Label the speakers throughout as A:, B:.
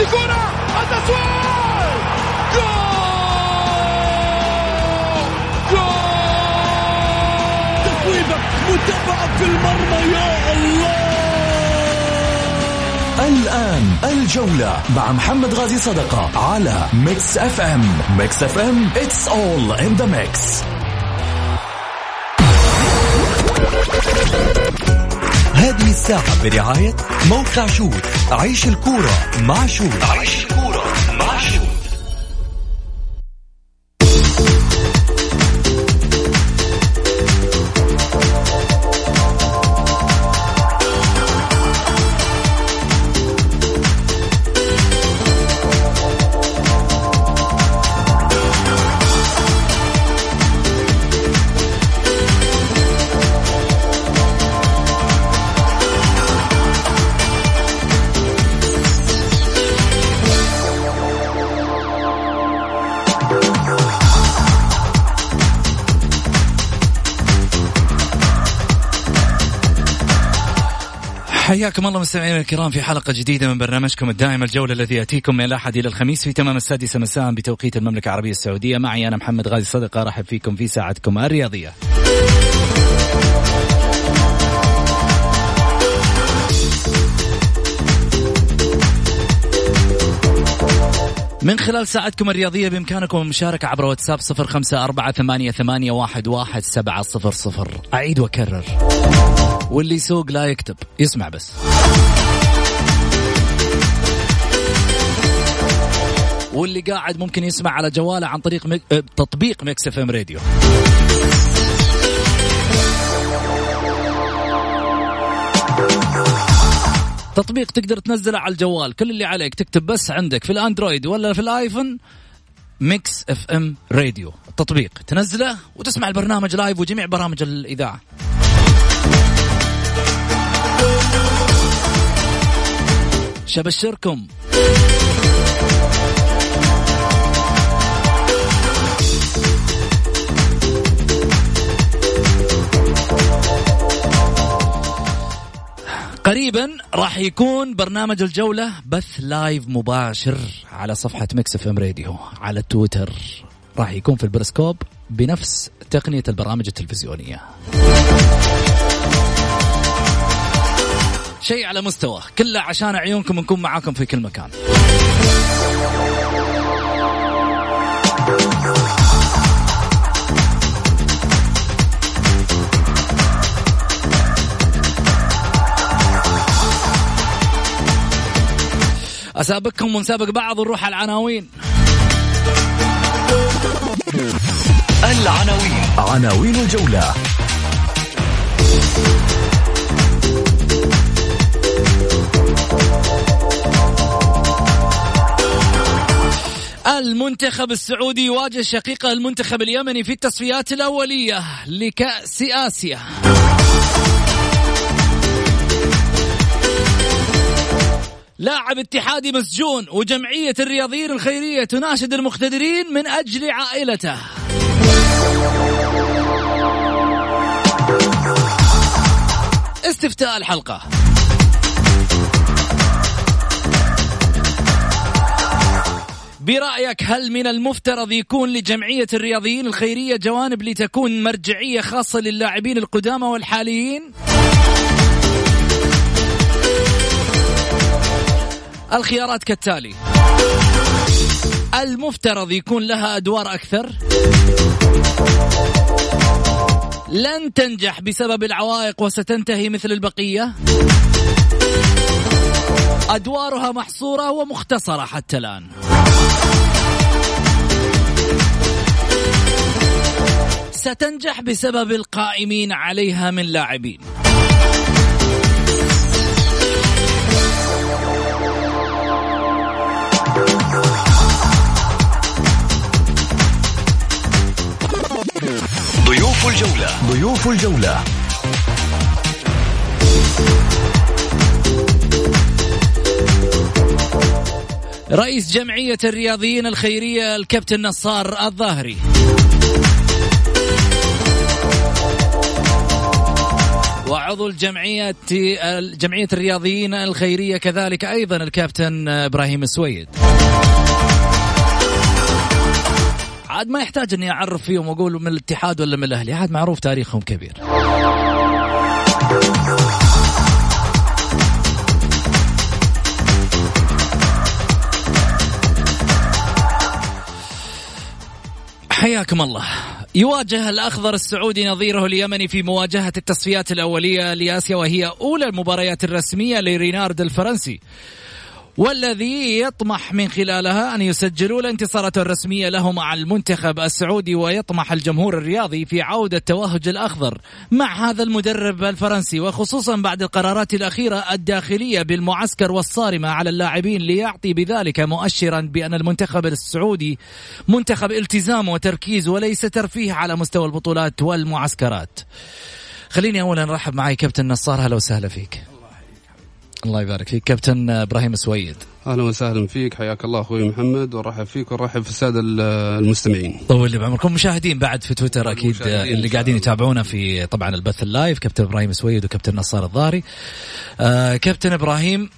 A: الكرة التسويق جول تسويبة متابعة في المرمى يا الله.
B: الآن الجولة مع محمد غازي صدقة على ميكس اف ام. ميكس اف ام it's all in the mix. هذه الساعة برعاية موقع شوت. عيش الكورة مع شوت. عيش الكورة مع شوت.
C: حياكم الله مستمعينا الكرام في حلقة جديدة من برنامجكم الدائم الجولة الذي يأتيكم من الأحد إلى الخميس في تمام 6 مساء بتوقيت المملكة العربية السعودية. معي أنا محمد غازي صدقة، رحب فيكم في ساعتكم الرياضية. من خلال ساعتكم الرياضية بإمكانكم المشاركة عبر واتساب 0548811700. أعيد وأكرر، واللي يسوق لا يكتب، يسمع بس. واللي قاعد ممكن يسمع على جواله عن طريق تطبيق ميكس اف ام راديو. تطبيق تقدر تنزله على الجوال، كل اللي عليك تكتب بس عندك في الأندرويد ولا في الآيفون ميكس اف ام راديو. التطبيق تنزله وتسمع البرنامج لايف وجميع برامج الإذاعة. شبشركم. قريبا راح يكون برنامج الجولة بث لايف مباشر على صفحة ميكس اف ام راديو على تويتر. راح يكون في البرسكوب بنفس تقنية البرامج التلفزيونية. شيء على مستوى كله عشان عيونكم نكون معاكم في كل مكان. أسابقكم ونسابق بعض ونروح على العناوين.
B: عناوين الجولة.
C: المنتخب السعودي يواجه شقيقه المنتخب اليمني في التصفيات الأولية لكأس آسيا. لاعب اتحادي مسجون وجمعية الرياضيين الخيرية تناشد المقتدرين من أجل عائلته. استفتاء الحلقة: برأيك هل من المفترض يكون لجمعية الرياضيين الخيرية جوانب لتكون مرجعية خاصة للاعبين القدامى والحاليين؟ الخيارات كالتالي: المفترض يكون لها أدوار أكثر، لن تنجح بسبب العوائق وستنتهي مثل البقية، أدوارها محصورة ومختصرة حتى الآن. ستنجح بسبب القائمين عليها من لاعبين.
B: ضيوف الجولة.
C: رئيس جمعية الرياضيين الخيرية الكابتن نصار الظاهري، وعضو الجمعية الرياضيين الخيرية كذلك أيضا الكابتن إبراهيم السويد. عاد ما يحتاج أني أعرف فيهم وأقول من الاتحاد ولا من الأهلي، عاد معروف تاريخهم كبير. حياكم الله. يواجه الأخضر السعودي نظيره اليمني في مواجهة التصفيات الأولية لآسيا، وهي أولى المباريات الرسمية لرينارد الفرنسي، والذي يطمح من خلالها أن يسجلوا الانتصارات الرسمية له مع المنتخب السعودي. ويطمح الجمهور الرياضي في عودة توهج الأخضر مع هذا المدرب الفرنسي، وخصوصا بعد القرارات الأخيرة الداخلية بالمعسكر والصارمة على اللاعبين، ليعطي بذلك مؤشرا بأن المنتخب السعودي منتخب التزام وتركيز وليس ترفيه على مستوى البطولات والمعسكرات. خليني أولا نرحب معي كابتن نصار، هلا وسهلا فيك. الله يبارك فيك. كابتن إبراهيم السويد،
D: أهلا وسهلا فيك، حياك الله أخوي محمد، ورحب فيك ورحب في السادة المستمعين.
C: طول لي بعمركم. مشاهدين بعد في تويتر أكيد اللي قاعدين يتابعونا في طبعا البث اللايف، كابتن إبراهيم السويد وكابتن نصار الضاري. كابتن إبراهيم،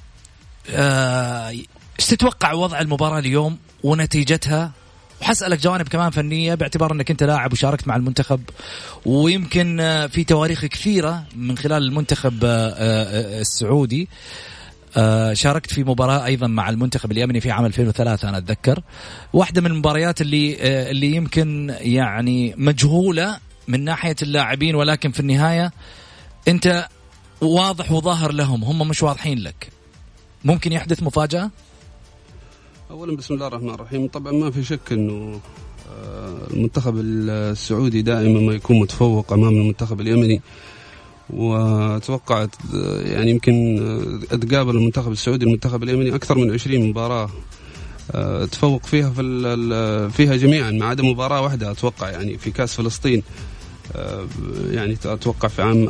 C: ايش تتوقع وضع المباراة اليوم ونتيجتها؟ وحسألك جوانب كمان فنية باعتبار أنك أنت لاعب وشاركت مع المنتخب، ويمكن في تواريخ كثيرة من خلال المنتخب السعودي. شاركت في مباراة أيضا مع المنتخب اليمني في عام 2003 أنا أتذكر، واحدة من المباريات اللي يمكن يعني مجهولة من ناحية اللاعبين، ولكن في النهاية أنت واضح وظاهر لهم، هم مش واضحين لك. ممكن يحدث مفاجأة؟
D: أولا بسم الله الرحمن الرحيم. طبعا ما في شك أنه المنتخب السعودي دائما ما يكون متفوق أمام المنتخب اليمني، وتوقعت يعني يمكن أتقابل المنتخب السعودي المنتخب اليمني أكثر من 20 مباراة تفوق فيها فيها جميعا ما عدا مباراة واحدة أتوقع يعني في كأس فلسطين، يعني أتوقع في عام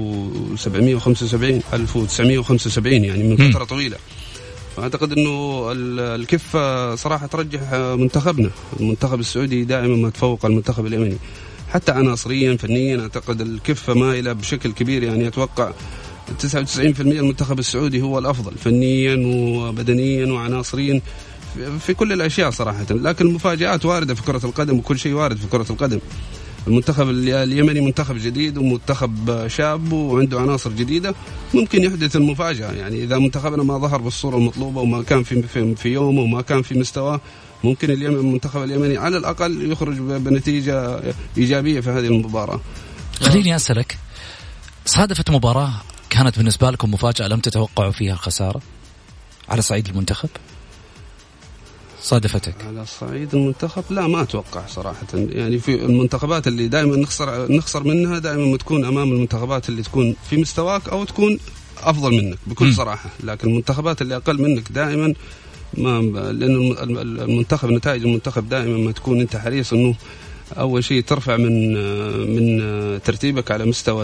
D: 1975 يعني من فترة طويلة. أعتقد أنه الكفة صراحة ترجح منتخبنا. المنتخب السعودي دائما ما تفوق المنتخب اليمني، حتى عناصريا فنيا أعتقد الكفة مائلة بشكل كبير. يعني أتوقع 99% المنتخب السعودي هو الأفضل فنيا وبدنيا وعناصريا في كل الأشياء صراحة. لكن المفاجآت واردة في كرة القدم، وكل شيء وارد في كرة القدم. المنتخب اليمني منتخب جديد ومنتخب شاب وعنده عناصر جديدة، ممكن يحدث المفاجأة. يعني إذا منتخبنا ما ظهر بالصورة المطلوبة وما كان في يومه وما كان في مستواه، ممكن المنتخب اليمني على الأقل يخرج بنتيجة إيجابية في هذه المباراة.
C: خليني أسألك، صادفت مباراة كانت بالنسبة لكم مفاجأة لم تتوقعوا فيها الخسارة على صعيد المنتخب؟ صادفتك
D: على صعيد المنتخب؟ لا ما أتوقع صراحة. يعني في المنتخبات اللي دائما نخسر منها دائما ما تكون أمام المنتخبات اللي تكون في مستواك أو تكون أفضل منك بكل صراحة. لكن المنتخبات اللي أقل منك دائما ما، لأن المنتخب نتائج المنتخب دائما ما تكون أنت حريص إنه أول شيء ترفع من ترتيبك على مستوى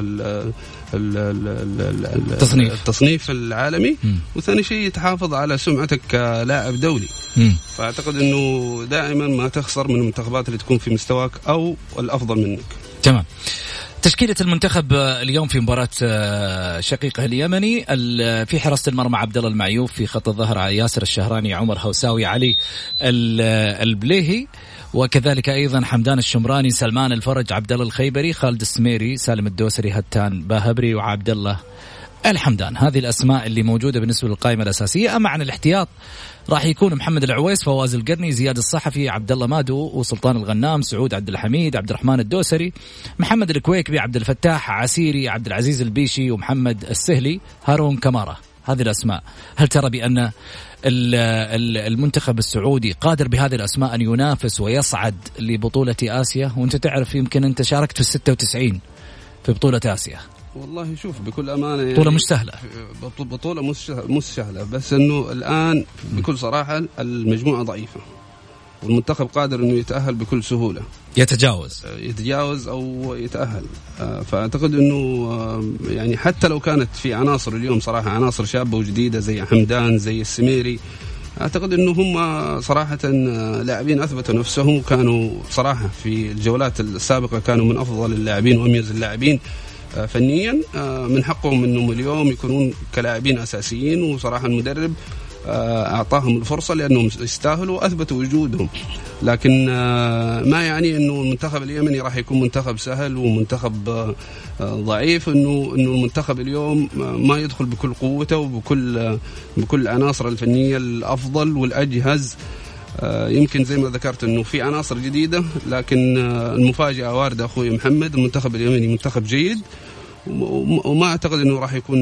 D: التصنيف العالمي، وثاني شيء تحافظ على سمعتك كلاعب دولي. فأعتقد أنه دائما ما تخسر من المنتخبات اللي تكون في مستواك أو الأفضل منك.
C: تمام. تشكيلة المنتخب اليوم في مباراة شقيقه اليمني، في حراسة المرمى عبد الله المعيوف، في خط الظهر ياسر الشهراني، عمر هوساوي، علي البليهي، وكذلك أيضا حمدان الشمراني، سلمان الفرج، عبد الله الخيبري، خالد السميري، سالم الدوسري، هتان باهبري، وعبد الله الحمدان. هذه الأسماء اللي موجودة بالنسبة للقائمة الأساسية. أما عن الاحتياط راح يكون محمد العويس، فواز القرني، زياد الصحفي، عبد الله مادو، وسلطان الغنام، سعود عبد الحميد، عبد الرحمن الدوسري، محمد الكويكبي، عبد الفتاح عسيري، عبد العزيز البيشي، ومحمد السهلي، هارون كمارة. هذه الأسماء. هل ترى بأن المنتخب السعودي قادر بهذه الأسماء أن ينافس ويصعد لبطولة آسيا؟ وأنت تعرف يمكن أنت شاركت في 96 في بطولة آسيا.
D: والله شوف بكل أمانة يعني
C: بطولة مش سهلة،
D: بطولة مش سهلة، بس أنه الآن بكل صراحة المجموعة ضعيفة، والمنتخب قادر أنه يتأهل بكل سهولة، يتجاوز أو يتأهل. فأعتقد أنه يعني حتى لو كانت في عناصر اليوم صراحة عناصر شابة وجديدة زي حمدان زي السميري، أعتقد أنه هم صراحة لاعبين أثبتوا نفسهم، وكانوا صراحة في الجولات السابقة كانوا من أفضل اللاعبين وأميز اللاعبين فنيا من حقهم انهم اليوم يكونون كلاعبين اساسيين، وصراحه المدرب اعطاهم الفرصه لانهم يستاهلوا واثبتوا وجودهم. لكن ما يعني انه المنتخب اليمني راح يكون منتخب سهل ومنتخب ضعيف، انه المنتخب اليوم ما يدخل بكل قوته وبكل العناصر الفنيه الافضل والاجهز. يمكن زي ما ذكرت انه في عناصر جديده، لكن المفاجاه وارده اخوي محمد. المنتخب اليمني منتخب جيد، وما اعتقد انه راح يكون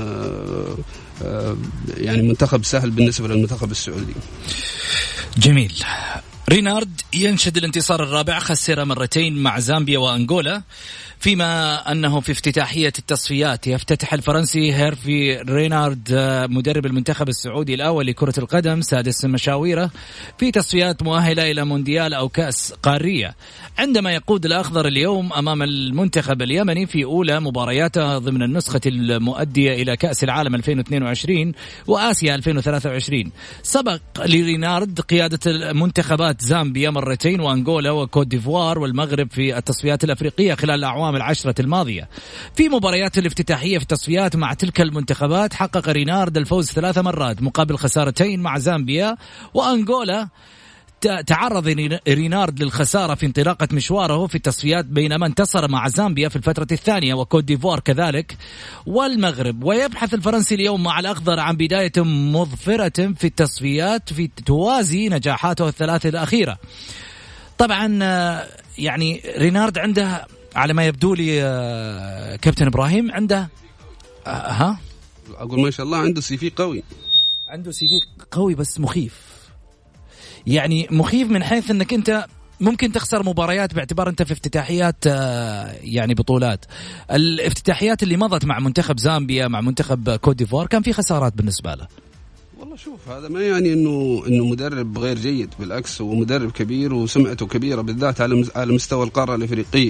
D: يعني منتخب سهل بالنسبه للمنتخب السعودي.
C: جميل. رينارد ينشد الانتصار الرابع، خسر مرتين مع زامبيا وأنغولا، فيما أنه في افتتاحية التصفيات يفتتح الفرنسي هيرفي رينارد مدرب المنتخب السعودي الأول لكرة القدم سادس مشاويره في تصفيات مؤهلة إلى مونديال أو كأس قارية، عندما يقود الأخضر اليوم أمام المنتخب اليمني في أولى مبارياته ضمن النسخة المؤدية إلى كأس العالم 2022 وآسيا 2023. سبق لرينارد قيادة منتخبات زامبيا مرتين وأنغولا وكوت ديفوار والمغرب في التصفيات الأفريقية خلال الأعوام العشرة الماضية. في مباريات الافتتاحية في التصفيات مع تلك المنتخبات حقق رينارد الفوز 3 مرات مقابل خسارتين مع زامبيا وأنغولا. تعرض رينارد للخسارة في انطلاقة مشواره في التصفيات، بينما انتصر مع زامبيا في الفترة الثانية وكوت ديفوار كذلك والمغرب. ويبحث الفرنسي اليوم مع الأخضر عن بداية مظفرة في التصفيات في توازي نجاحاته الثلاثة الأخيرة. طبعا يعني رينارد عنده على ما يبدو لي كابتن إبراهيم عنده
D: أقول ما شاء الله عنده سي في قوي،
C: عنده سي في قوي بس مخيف. يعني مخيف من حيث أنك أنت ممكن تخسر مباريات باعتبار أنت في افتتاحيات يعني بطولات. الافتتاحيات اللي مضت مع منتخب زامبيا مع منتخب كوت ديفوار كان في خسارات بالنسبة له.
D: والله شوف، هذا ما يعني انه مدرب غير جيد، بالعكس هو مدرب كبير وسمعته كبيرة بالذات على مستوى القارة الأفريقية،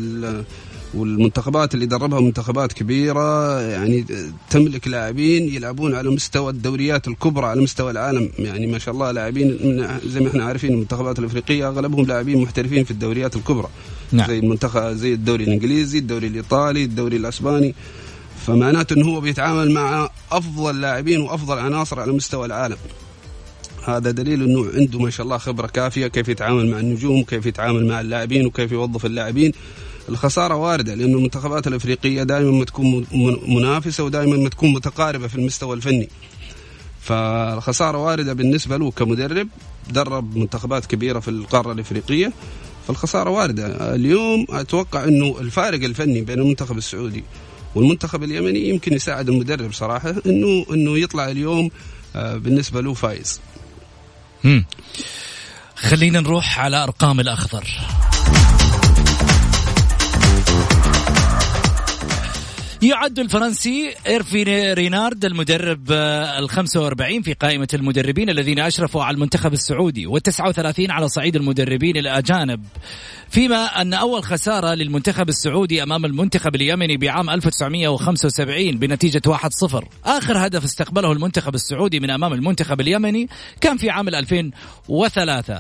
D: والمنتخبات اللي دربها منتخبات كبيرة يعني تملك لاعبين يلعبون على مستوى الدوريات الكبرى على مستوى العالم. يعني ما شاء الله لاعبين زي ما احنا عارفين المنتخبات الأفريقية أغلبهم لاعبين محترفين في الدوريات الكبرى. نعم. زي المنتخب زي الدوري الإنجليزي، الدوري الإيطالي، الدوري الأسباني. فمعناته أنه هو بيتعامل مع أفضل لاعبين وأفضل عناصر على مستوى العالم. هذا دليل أنه عنده ما شاء الله خبرة كافية كيف يتعامل مع النجوم، كيف يتعامل مع اللاعبين، وكيف يوظف اللاعبين. الخسارة واردة لأن المنتخبات الأفريقية دائما ما تكون منافسة ودائما ما تكون متقاربة في المستوى الفني، فالخسارة واردة بالنسبة له كمدرب درب منتخبات كبيرة في القارة الأفريقية، فالخسارة واردة. اليوم أتوقع أنه الفارق الفني بين المنتخب السعودي والمنتخب اليمني يمكن يساعد المدرب صراحة إنه يطلع اليوم بالنسبة له فايز.
C: خلينا نروح على أرقام الأخضر. يعد الفرنسي هيرفي رينارد المدرب 45 في قائمة المدربين الذين أشرفوا على المنتخب السعودي، و39 على صعيد المدربين الأجانب، فيما أن أول خسارة للمنتخب السعودي أمام المنتخب اليمني بعام 1975 بنتيجة 1-0. آخر هدف استقبله المنتخب السعودي من أمام المنتخب اليمني كان في عام 2003.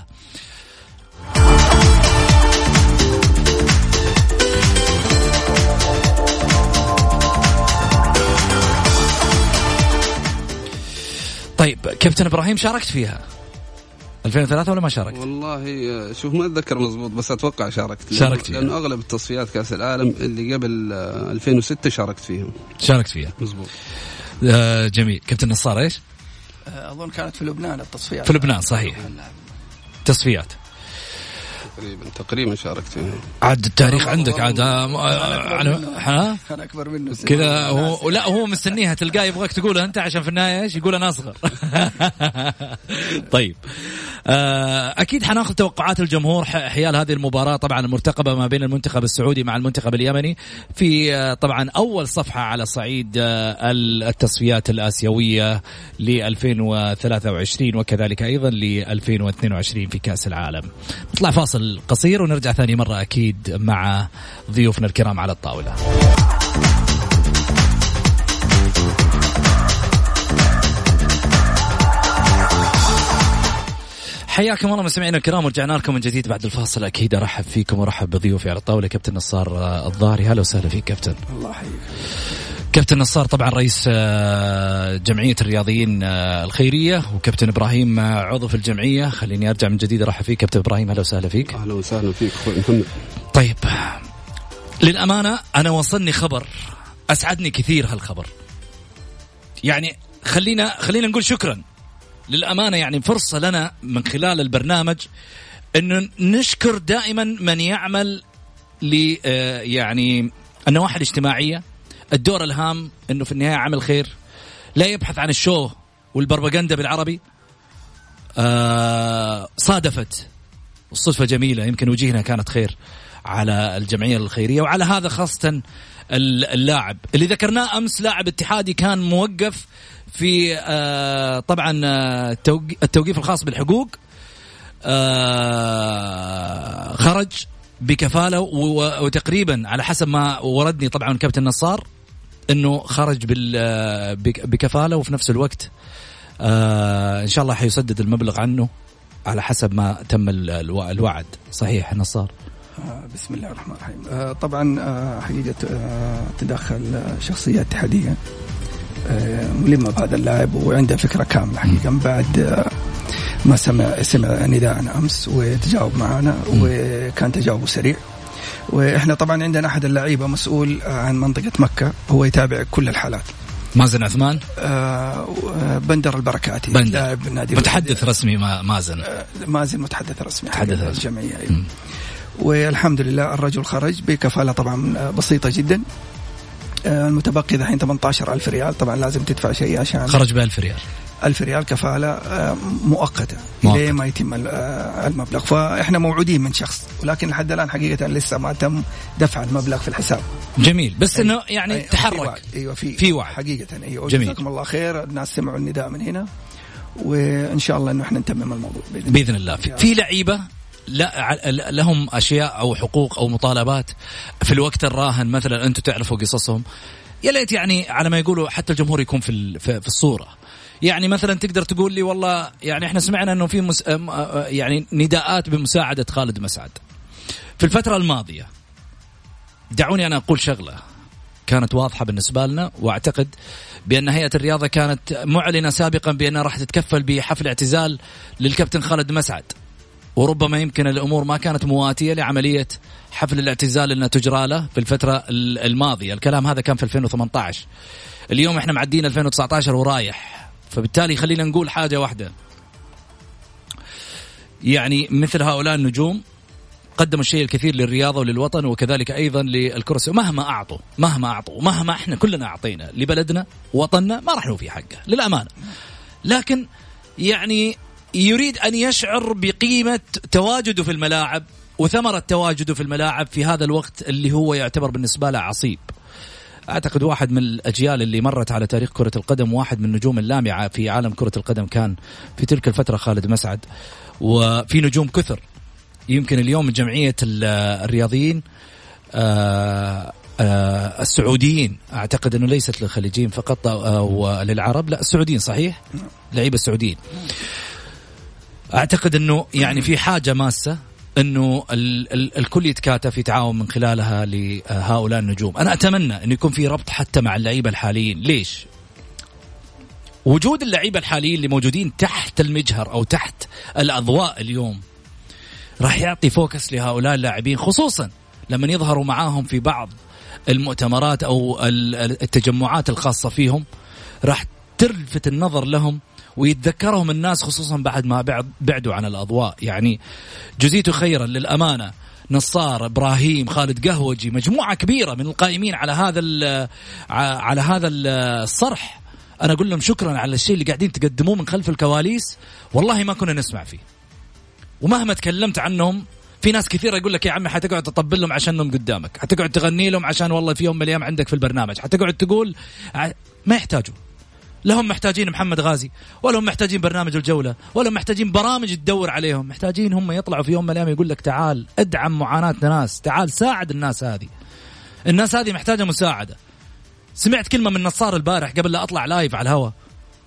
C: طيب كابتن إبراهيم شاركت فيها 2003 ولا ما شاركت؟
D: والله شوف ما أتذكر مضبوط بس أتوقع شاركت فيها. لأنه أغلب التصفيات كأس العالم اللي قبل 2006 شاركت فيها مضبوط.
C: جميل. كابتن نصار إيش؟
E: أظن كانت في لبنان التصفيات.
C: في لبنان صحيح. تصفيات
D: تقريبا شاركت فيها.
C: عاد التاريخ عندك عاد
E: أنا أكبر منه
C: كذا. هو مستنيها تلقاه يبغاك تقولها أنت عشان في النهاية إيش يقول أنا أصغر. طيب أكيد حناخذ توقعات الجمهور حيال هذه المباراة طبعا المرتقبة ما بين المنتخب السعودي مع المنتخب اليمني في طبعا أول صفحة على صعيد التصفيات الآسيوية ل 2023 وكذلك أيضا ل 2022 في كأس العالم. نطلع فاصل قصير ونرجع ثاني مرة أكيد مع ضيوفنا الكرام على الطاولة. حياكم الله مستمعينا الكرام، ورجعنا لكم من جديد بعد الفاصل. أكيد أرحب فيكم ورحب بضيوفي على الطاولة كابتن نصار الظاهري. هلا وسهلا فيك كابتن.
E: الله يحييك
C: كابتن نصار، طبعا رئيس جمعية الرياضيين الخيرية، وكابتن إبراهيم عضو في الجمعية. خليني أرجع من جديد أرحب فيك كابتن إبراهيم. هلا وسهلا فيك.
D: أهلا وسهلا فيك أخوي محمد.
C: طيب، للأمانة أنا وصلني خبر أسعدني كثير. هالخبر يعني خلينا نقول شكرا للأمانة. يعني فرصة لنا من خلال البرنامج أنه نشكر دائما من يعمل يعني النواحي الاجتماعية. الدور الهام أنه في النهاية عمل خير، لا يبحث عن الشو والبربغندا بالعربي. صادفت الصدفة جميلة، يمكن وجهنا كانت خير على الجمعية الخيرية، وعلى هذا خاصة اللاعب اللي ذكرناه أمس، لاعب اتحادي كان موقف في طبعا التوقيف الخاص بالحقوق، خرج بكفالة، وتقريبا على حسب ما وردني طبعا كابتن نصار انه خرج بكفالة، وفي نفس الوقت ان شاء الله حيسدد المبلغ عنه على حسب ما تم الوعد. صحيح نصار؟
E: بسم الله الرحمن الرحيم. طبعا حقيقة تدخل شخصية اتحادية ملمة بهذا اللاعب وعنده فكرة كاملة حقيقة بعد ما سمع نداءنا أمس وتجاوب معنا، وكان تجاوبه سريع. وإحنا طبعا عندنا أحد اللاعبين مسؤول عن منطقة مكة، هو يتابع كل الحالات.
C: مازن عثمان،
E: بندر البركاتي، لاعب نادي
C: متحدث رسمي. مازن
E: متحدث رسمي الجمعية. والحمد لله الرجل خرج بكفالة طبعا بسيطة جدا. المتبقي الحين 18,000 ريال. طبعا لازم تدفع شيء عشان
C: خرج ب1000 ريال.
E: 1000 ريال كفالة مؤقتة ليه ما يتم المبلغ. فإحنا موعودين من شخص، ولكن لحد الآن حقيقة لسه ما تم دفع المبلغ في الحساب.
C: جميل، بس إنه يعني تحرك.
E: أيوة
C: في وعي
E: حقيقة. أيوة، جزاكم الله خير. الناس سمعوا النداء من هنا، وإن شاء الله إنه إحنا نتمم الموضوع
C: بإذن الله. في لعيبة لهم أشياء أو حقوق أو مطالبات في الوقت الراهن، مثلا أنتم تعرفوا قصصهم. يا ليت يعني على ما يقولوا حتى الجمهور يكون في الصورة. يعني مثلا تقدر تقول لي والله يعني احنا سمعنا انه في يعني نداءات بمساعدة خالد مسعد في الفترة الماضية. دعوني انا اقول شغلة كانت واضحة بالنسبة لنا، واعتقد بان هيئة الرياضة كانت معلنة سابقا بانها راح تتكفل بحفل اعتزال للكابتن خالد مسعد، وربما يمكن الامور ما كانت مواتية لعملية حفل الاعتزال اللي تجرى له في الفترة الماضية. الكلام هذا كان في 2018. اليوم احنا معدين 2019 ورايح، فبالتالي خلينا نقول حاجة واحدة، يعني مثل هؤلاء النجوم قدموا الشيء الكثير للرياضة وللوطن، وكذلك أيضا للكرة. مهما أعطوا مهما إحنا كلنا أعطينا لبلدنا وطننا ما راح نوفي حقه للأمانة، لكن يعني يريد أن يشعر بقيمة تواجده في الملاعب وثمرة تواجده في الملاعب في هذا الوقت اللي هو يعتبر بالنسبة له عصيب. أعتقد واحد من الأجيال اللي مرت على تاريخ كرة القدم، واحد من النجوم اللامعة في عالم كرة القدم كان في تلك الفترة خالد مسعد، وفي نجوم كثر. يمكن اليوم جمعية الرياضيين السعوديين، أعتقد أنه ليست للخليجيين فقط وللعرب، لا السعوديين صحيح، لعيبة السعوديين. أعتقد أنه يعني في حاجة ماسة أنه الكل يتكاتف يتعاون من خلالها لهؤلاء النجوم. أنا أتمنى أن يكون في ربط حتى مع اللعيبة الحاليين. ليش؟ وجود اللعيبة الحاليين اللي موجودين تحت المجهر أو تحت الأضواء اليوم راح يعطي فوكس لهؤلاء اللاعبين، خصوصا لما يظهروا معاهم في بعض المؤتمرات أو التجمعات الخاصة فيهم، راح تلفت النظر لهم ويتذكرهم الناس، خصوصا بعد ما بعدوا عن الأضواء. يعني جزيت خيرا للأمانة، نصار، إبراهيم، خالد قهوجي، مجموعة كبيرة من القائمين على هذا الصرح. أنا أقول لهم شكرا على الشيء اللي قاعدين تقدموه من خلف الكواليس، والله ما كنا نسمع فيه. ومهما تكلمت عنهم، في ناس كثيرة يقول لك يا عمي حتقعد تطبل لهم عشانهم قدامك، حتقعد تغني لهم عشان والله في يوم من الأيام عندك في البرنامج، حتقعد تقول ما يحتاجوا. لهم محتاجين محمد غازي، ولا هم محتاجين برنامج الجولة، ولا محتاجين برامج تدور عليهم. محتاجين هم يطلعوا في يوم من الأيام يقول لك تعال ادعم معاناة ناس، تعال ساعد الناس هذه محتاجة مساعدة. سمعت كلمة من نصار البارح قبل لا أطلع لايف على الهواء،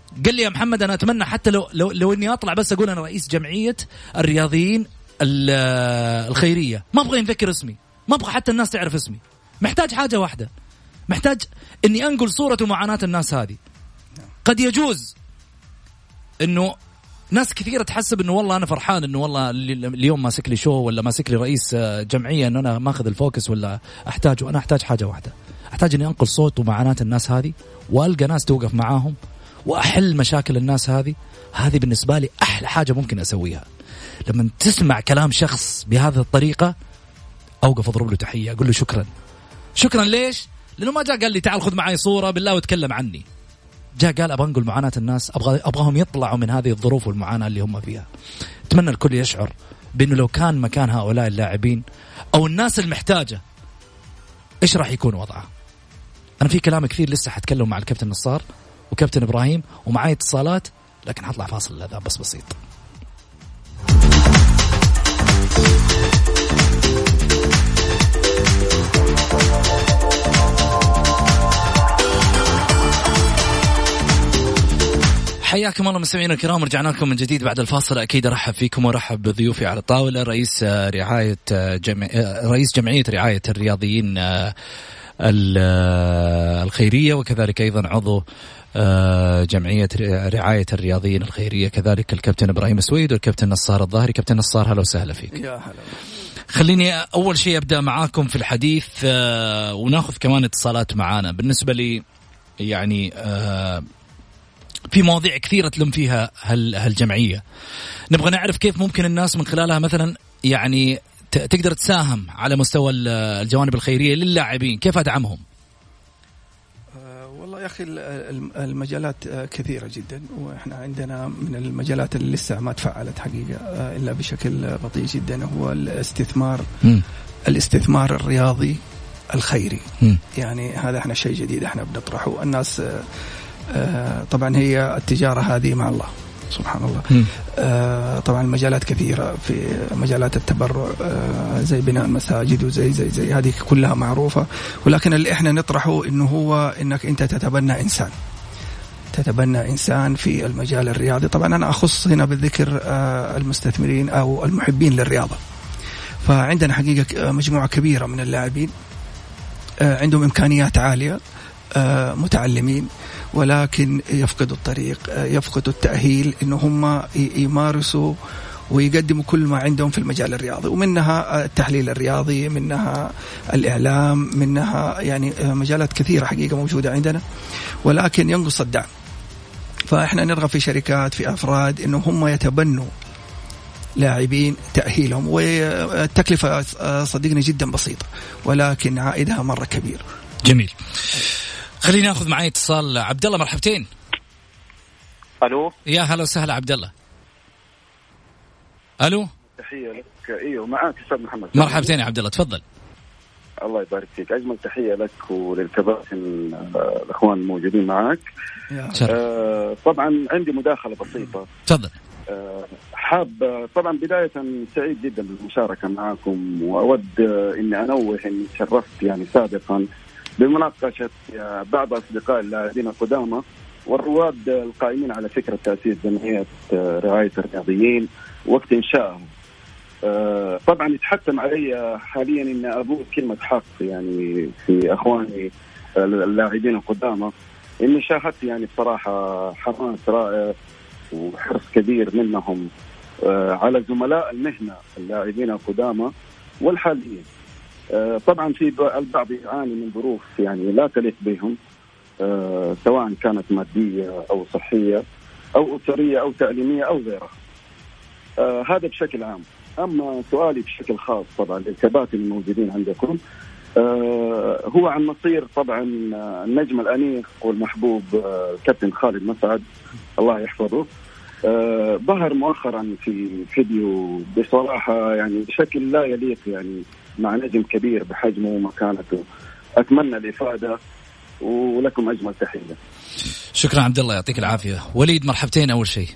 C: قال لي يا محمد أنا أتمنى حتى لو إني أطلع بس أقول أنا رئيس جمعية الرياضيين الخيرية، ما أبغى ينذكر اسمي، ما أبغى حتى الناس تعرف اسمي. محتاج حاجة واحدة، محتاج إني أنقل صورة ومعاناة الناس هذه. قد يجوز إنه ناس كثيرة تحسب إنه والله أنا فرحان إنه والله اليوم ماسك لي شو ولا ماسك لي رئيس جمعية إنه أنا ماخذ الفوكس ولا أحتاجه. أنا أحتاج حاجة واحدة، أحتاج إني أنقل صوت ومعاناة الناس هذه وألقى ناس توقف معاهم وأحل مشاكل الناس هذه. هذه بالنسبة لي أحلى حاجة ممكن أسويها. لما تسمع كلام شخص بهذه الطريقة أوقف أضرب له تحية، أقول له شكرا. شكرا ليش؟ لأنه ما جاء قال لي تعال خذ معي صورة بالله وتكلم عني، جاء قال أبغى أنقل معاناة الناس، أبغاهم يطلعوا من هذه الظروف والمعاناة اللي هم فيها. أتمنى الكل يشعر بأنه لو كان مكان هؤلاء اللاعبين أو الناس المحتاجة إيش راح يكون وضعه. أنا في كلام كثير لسه حتكلم مع الكابتن نصار وكابتن إبراهيم ومعاي اتصالات، لكن هطلع فاصل الأذان بس بسيط. حياكم الله مستمعينا الكرام، رجعنا لكم من جديد بعد الفاصل. أكيد أرحب فيكم وأرحب بضيوفي على الطاولة، رئيس جمعية رعاية الرياضيين الخيرية، وكذلك أيضا عضو جمعية رعاية الرياضيين الخيرية، كذلك الكابتن إبراهيم سويد والكابتن نصار الظاهري. كابتن نصار هلا وسهلا فيك.
E: يا هلا.
C: خليني أول شيء أبدأ معاكم في الحديث وناخذ كمان اتصالات معانا. بالنسبة لي يعني في مواضيع كثيرة تلم فيها هالجمعية، نبغى نعرف كيف ممكن الناس من خلالها مثلا يعني تقدر تساهم على مستوى الجوانب الخيرية للاعبين، كيف أدعمهم؟
E: والله يا أخي المجالات كثيرة جدا، وإحنا عندنا من المجالات اللي لسه ما تفعلت حقيقة إلا بشكل بطيء جدا هو الاستثمار الرياضي الخيري. يعني هذا إحنا شيء جديد إحنا بنطرحه. الناس طبعا هي التجارة هذه مع الله سبحان الله. طبعا المجالات كثيرة، في مجالات التبرع زي بناء المساجد وزي هذه كلها معروفة، ولكن اللي احنا نطرحه انه هو انك انت تتبنى انسان في المجال الرياضي. طبعا انا اخص هنا بالذكر المستثمرين او المحبين للرياضة. فعندنا حقيقة مجموعة كبيرة من اللاعبين عندهم امكانيات عالية، متعلمين، ولكن يفقدوا الطريق، يفقدوا التأهيل إنه هم يمارسوا ويقدموا كل ما عندهم في المجال الرياضي، ومنها التحليل الرياضي، منها الإعلام، منها يعني مجالات كثيرة حقيقة موجودة عندنا، ولكن ينقص الدعم. فإحنا نرغب في شركات، في أفراد إنه هم يتبنوا لاعبين تأهيلهم، والتكلفة صدقني جدا بسيطة ولكن عائدها مرة كبير.
C: جميل. خليني ناخذ معي اتصال. عبد الله مرحبتين.
F: الو
C: يا هلا وسهلا عبد الله. الو
F: تحيه لك. ايوه معاك استاذ محمد.
C: مرحبتين يا عبد الله تفضل.
F: الله يبارك فيك. اجمل تحيه لك وللكباتن الاخوان الموجودين معك. طبعا عندي مداخله بسيطه.
C: تفضل.
F: حاب طبعا بدايه سعيد جدا بالمشاركه معكم، واود اني انوه اني تشرفت يعني سابقا بمناقشة بعض أصدقاء اللاعبين القدامى والرواد القائمين على فكرة تأسيس جمعية رعاية الرياضيين وقت إنشائهم. طبعا يتحتم علي حاليا أن أقول كلمة حق يعني في أخواني اللاعبين القدامى، إني شاهدت يعني بصراحة حماس رائع وحرص كبير منهم على زملاء المهنة اللاعبين القدامى والحاليين. طبعا في البعض يعاني من ظروف يعني لا تليق بهم، سواء كانت مادية أو صحية أو أسرية أو تعليمية أو غيرها. هذا بشكل عام. أما سؤالي بشكل خاص طبعا للكباتن الموجودين عندكم هو عن مصير طبعا النجم الأنيق والمحبوب الكابتن خالد مسعد الله يحفظه. ظهر مؤخرا في فيديو بصراحة يعني بشكل لا يليق يعني مع نجم كبير بحجمه ومكانته. أتمنى الإفادة ولكم أجمل تحية.
C: شكرا عبد الله يعطيك العافية. وليد مرحبتين. أول شيء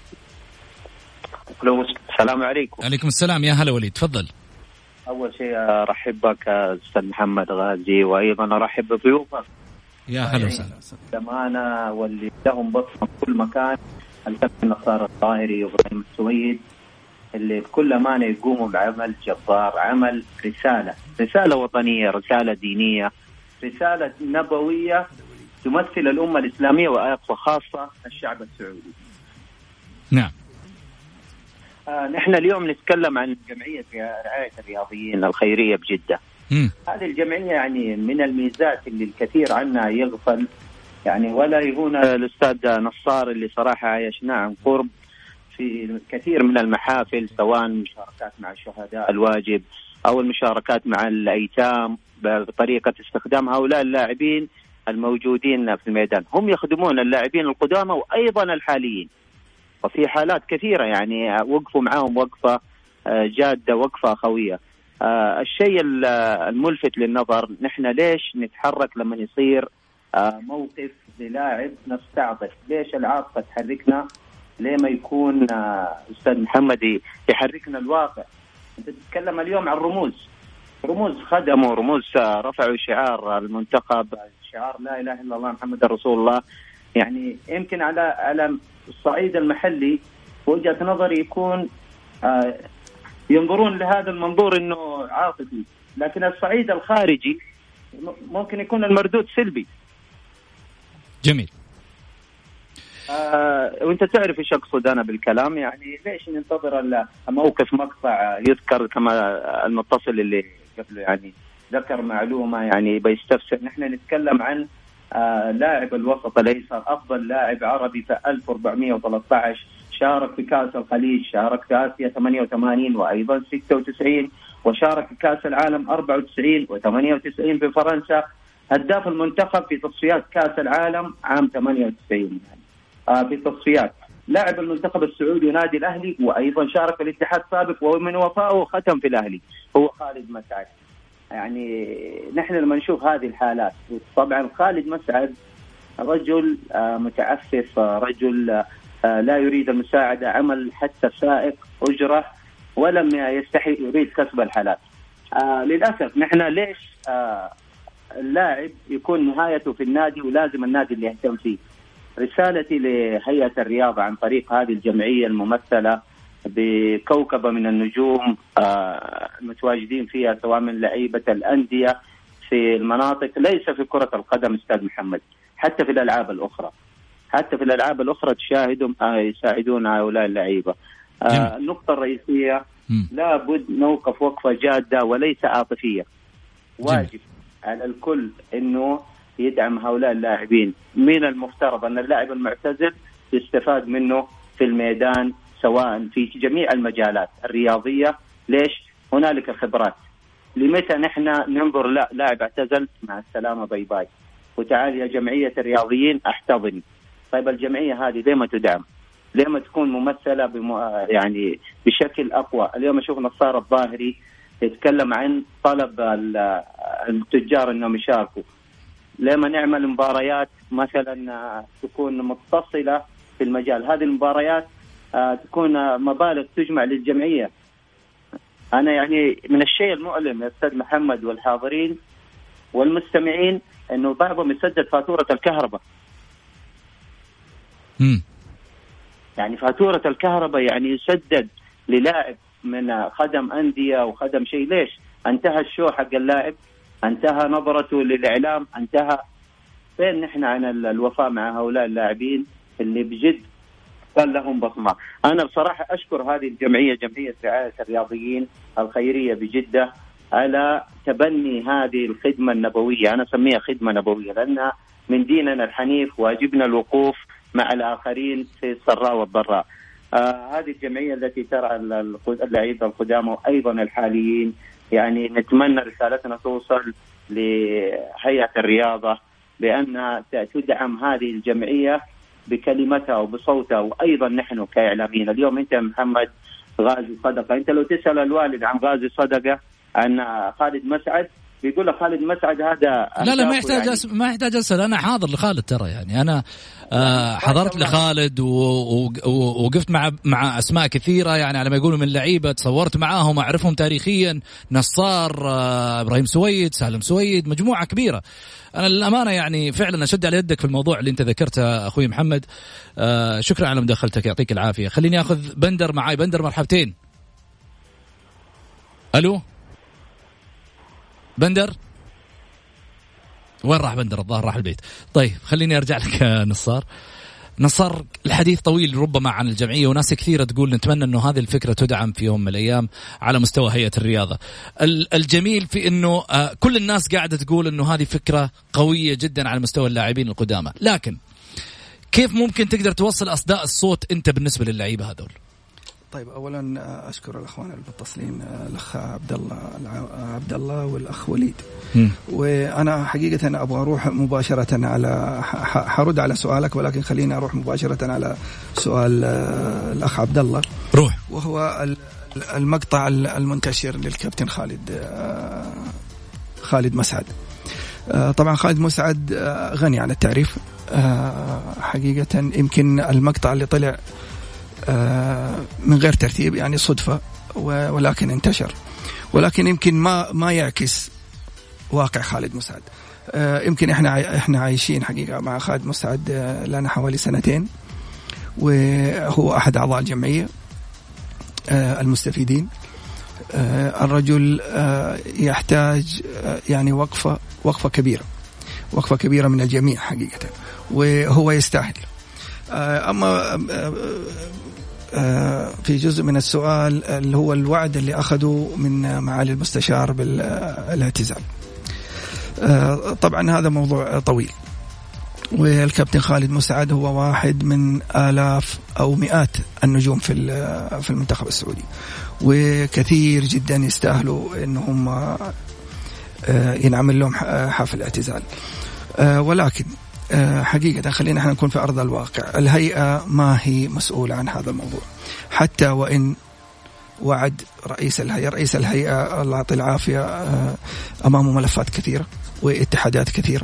G: السلام عليكم.
C: عليكم السلام. يا هلا وليد تفضل.
G: أول شيء أرحب بك أستاذ محمد غازي، وأيضا أرحب بضيوفك
C: يا هلا وسهلا.
G: الأمانة واللي لهم بصمة في كل مكان، الكابتن نصار الطاهري وإبراهيم السويد، اللي بكل أمانة يقوموا بعمل جبار، عمل رسالة وطنية، رسالة دينية، رسالة نبوية تمثل الأمة الإسلامية وخاصة الشعب السعودي.
C: نعم.
G: نحن اليوم نتكلم عن جمعية رعاية الرياضيين الخيرية بجدة. هذه الجمعية يعني من الميزات اللي الكثير عنها يغفل، يعني ولا يهون الأستاذ نصار اللي صراحة عايشناه عن قرب في كثير من المحافل، سواء المشاركات مع شهداء الواجب أو المشاركات مع الأيتام بطريقة استخدام هؤلاء اللاعبين الموجودين في الميدان. هم يخدمون اللاعبين القدامى وأيضا الحاليين، وفي حالات كثيرة يعني وقفوا معهم وقفة جادة، وقفة أخوية. الشيء الملفت للنظر، نحن ليش نتحرك لما يصير موقف للاعب نستعطف؟ ليش العاطفة تحركنا؟ ليه ما يكون أستاذ محمد يحركنا الواقع؟ أنت تتكلم اليوم عن رموز خدموا، رموز رفعوا شعار المنتخب، شعار لا إله إلا الله محمد رسول الله. يعني يمكن على الصعيد المحلي وجهة نظري يكون ينظرون لهذا المنظور إنه عاطفي، لكن الصعيد الخارجي ممكن يكون المردود سلبي.
C: جميل.
G: وانت تعرف ايش اقصد انا بالكلام، يعني ليش ننتظر موقف مقطع يذكر كما المتصل اللي قبله يعني ذكر معلومة يعني بيستفسر. نحن نتكلم عن لاعب الوسط الايسر، افضل لاعب عربي في 1413، شارك في كاس الخليج، شارك في اسيا 88 وايضا 96، وشارك في كاس العالم 94 و98 في فرنسا، هداف المنتخب في تصفيات كاس العالم عام 98 في تصفيات، لاعب المنتخب السعودي ونادي الأهلي، وأيضا شارك في الاتحاد السابق، ومن وفائه ختم في الأهلي هو خالد مسعد. يعني نحن لما نشوف هذه الحالات، طبعا خالد مسعد رجل متعفف، رجل لا يريد المساعدة، عمل حتى سائق أجرة ولم يستحي يريد كسب الحالات. للأسف نحن ليش اللاعب يكون نهايته في النادي ولازم النادي اللي يهتم فيه؟ رسالتي لهيئة الرياضة عن طريق هذه الجمعية الممثلة بكوكبة من النجوم المتواجدين فيها، سواء من لعيبة الأندية في المناطق، ليس في كرة القدم أستاذ محمد، حتى في الألعاب الأخرى تشاهدهم يساعدون هؤلاء اللعيبة. النقطة الرئيسية لابد نوقف وقفة جادة وليس عاطفية. واجب على الكل إنه يدعم هؤلاء اللاعبين. من المفترض أن اللاعب المعتزل يستفاد منه في الميدان، سواء في جميع المجالات الرياضية. ليش؟ هنالك خبرات. لمتى نحن ننظر لا لاعب اعتزل مع السلامة باي باي وتعال يا جمعية الرياضيين احتضني؟ طيب الجمعية هذه ليه ما تدعم؟ ليه ما تكون ممثلة يعني بشكل أقوى؟ اليوم أشوف نصار الظاهري يتكلم عن طلب التجار أنهم يشاركوا. لما نعمل مباريات مثلا تكون متصلة في المجال، هذه المباريات تكون مبالغ تجمع للجمعية. أنا يعني من الشيء المؤلم يا أستاذ محمد والحاضرين والمستمعين أنه بعضهم يسدد فاتورة الكهرباء. يعني فاتورة الكهرباء يعني يسدد للاعب من خدم أندية وخدم شيء. ليش؟ انتهى الشو حق اللاعب، انتهى نظرته للإعلام، انتهى. فين نحن عن الوفاء مع هؤلاء اللاعبين اللي بجد كان لهم بصمة؟ أنا بصراحة أشكر هذه الجمعية، جمعية رعاية الرياضيين الخيرية بجدة، على تبني هذه الخدمة النبوية. أنا أسميها خدمة نبوية لأنها من ديننا الحنيف، واجبنا الوقوف مع الآخرين في السراء والضراء. هذه الجمعية التي ترعى اللعيبة القدامى وأيضا الحاليين، يعني نتمنى رسالتنا توصل لهيئة الرياضة بأنها تدعم هذه الجمعية بكلمتها وبصوتها، وأيضا نحن كإعلاميين. اليوم أنت محمد غازي صدقة، أنت لو تسأل الوالد عن غازي صدقة عن خالد مسعد بيقول لك خالد مسعد هذا
C: لا ما يحتاج يعني ما يحتاج أسأل، أنا حاضر لخالد ترى، يعني أنا حضرت لخالد ووقفت مع أسماء كثيرة يعني على ما يقولوا من لعيبة، تصورت معاهم أعرفهم تاريخيا، نصار، إبراهيم سويد، سالم سويد، مجموعة كبيرة. أنا للأمانة يعني فعلا أشد على يدك في الموضوع اللي أنت ذكرته أخوي محمد. شكرا على مداخلتك، يعطيك العافية. خليني أخذ بندر معاي. بندر مرحبتين. ألو بندر، وين راح بندر؟ الظاهر راح البيت. طيب خليني أرجع لك نصار. الحديث طويل ربما عن الجمعية، وناس كثيرة تقول نتمنى أنه هذه الفكرة تدعم في يوم من الأيام على مستوى هيئة الرياضة. الجميل في أنه كل الناس قاعدة تقول أنه هذه فكرة قوية جدا على مستوى اللاعبين القدامى، لكن كيف ممكن تقدر توصل أصداء الصوت أنت بالنسبة للعيبة هذول؟
E: طيب أولا أشكر الأخوان المتصلين، الأخ عبد الله والأخ وليد. وأنا حقيقة أبغى أروح مباشرة على حرد على سؤالك، ولكن خليني أروح مباشرة على سؤال الأخ عبد الله.
C: روح.
E: وهو المقطع المنتشر للكابتن خالد مسعد. طبعا خالد مسعد غني عن التعريف حقيقة. يمكن المقطع اللي طلع من غير ترتيب يعني صدفة، ولكن انتشر، ولكن يمكن ما يعكس واقع خالد مسعد. يمكن احنا عايشين حقيقة مع خالد مسعد لنا حوالي 2 سنين، وهو أحد أعضاء الجمعية المستفيدين. الرجل يحتاج يعني وقفة كبيرة من الجميع حقيقة، وهو يستاهل. أما في جزء من السؤال اللي هو الوعد اللي أخذه من معالي المستشار بالاعتزال، طبعا هذا موضوع طويل، والكابتن خالد مسعد هو واحد من آلاف أو مئات النجوم في المنتخب السعودي، وكثير جدا يستاهلوا إنهم ينعمل لهم حفل اعتزال. ولكن حقيقة خلينا احنا نكون في أرض الواقع. الهيئة ما هي مسؤولة عن هذا الموضوع، حتى وإن وعد رئيس الهيئة الله يعطيه العافية أمامه ملفات كثيرة واتحادات كثيرة،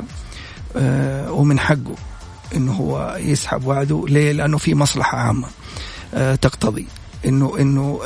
E: ومن حقه إنه هو يسحب وعده. ليه؟ لأنه في مصلحة عامة تقتضي إنه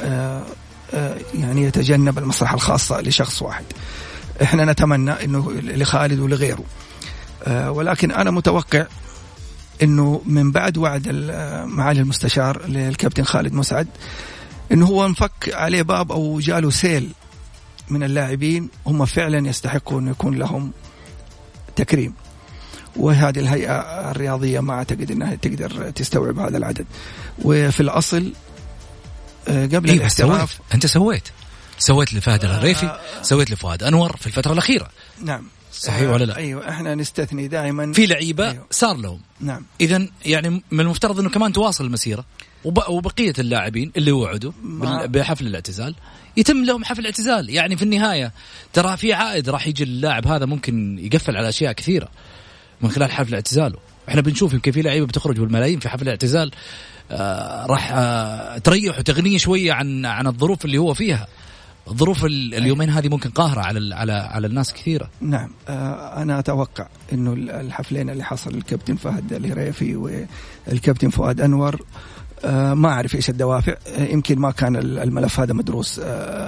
E: يعني يتجنب المصلحة الخاصة لشخص واحد. احنا نتمنى إنه لخالد ولغيره، ولكن أنا متوقع إنه من بعد وعد معالي المستشار للكابتن خالد مسعد إنه هو انفك عليه باب أو جاله سيل من اللاعبين هم فعلا يستحقوا أن يكون لهم تكريم، وهذه الهيئة الرياضية ما أعتقد أنها تقدر تستوعب هذا العدد. وفي الأصل قبل الاحتراف
C: أنت سويت لفهد الهريفي، سويت لفؤاد أنور في الفترة الأخيرة.
E: نعم
C: صحيح ولا لا؟
E: أيوة، احنا نستثني دائما
C: في لعيبة
E: أيوة.
C: صار لهم.
E: نعم.
C: إذن يعني من المفترض أنه كمان تواصل المسيرة، وبقية اللاعبين اللي وعدوا بحفل الاعتزال يتم لهم حفل اعتزال. يعني في النهاية ترى في عائد راح يجي اللاعب هذا، ممكن يقفل على أشياء كثيرة من خلال حفل اعتزاله. احنا بنشوف يمكن في لعيبة بتخرج بالملايين في حفل الاعتزال، راح تريح وتغنيه شوية عن الظروف اللي هو فيها. الظروف اليومين هذه ممكن قاهرة على الناس كثيرة.
E: نعم. أنا أتوقع إنه الحفلين اللي حصل الكابتن فهد الهريفي والكابتن فؤاد أنور ما أعرف إيش الدوافع. يمكن ما كان الملف هذا مدروس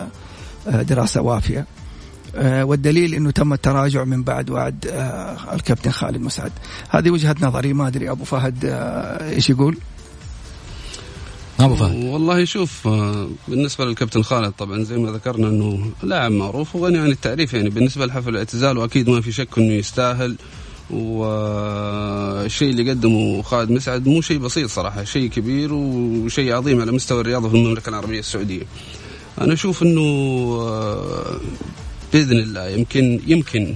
E: دراسة وافية، والدليل إنه تم التراجع من بعد وعد الكابتن خالد مسعد. هذه وجهة نظري، ما أدري أبو فهد إيش يقول.
D: والله شوف، بالنسبة للكابتن خالد طبعا زي ما ذكرنا أنه لاعب معروف وغني عن التعريف. يعني بالنسبة لحفل الاعتزال وأكيد ما في شك أنه يستاهل، والشيء اللي قدمه خالد مسعد مو شيء بسيط صراحة، شيء كبير وشيء عظيم على مستوى الرياضة في المملكة العربية السعودية. أنا أشوف أنه بإذن الله يمكن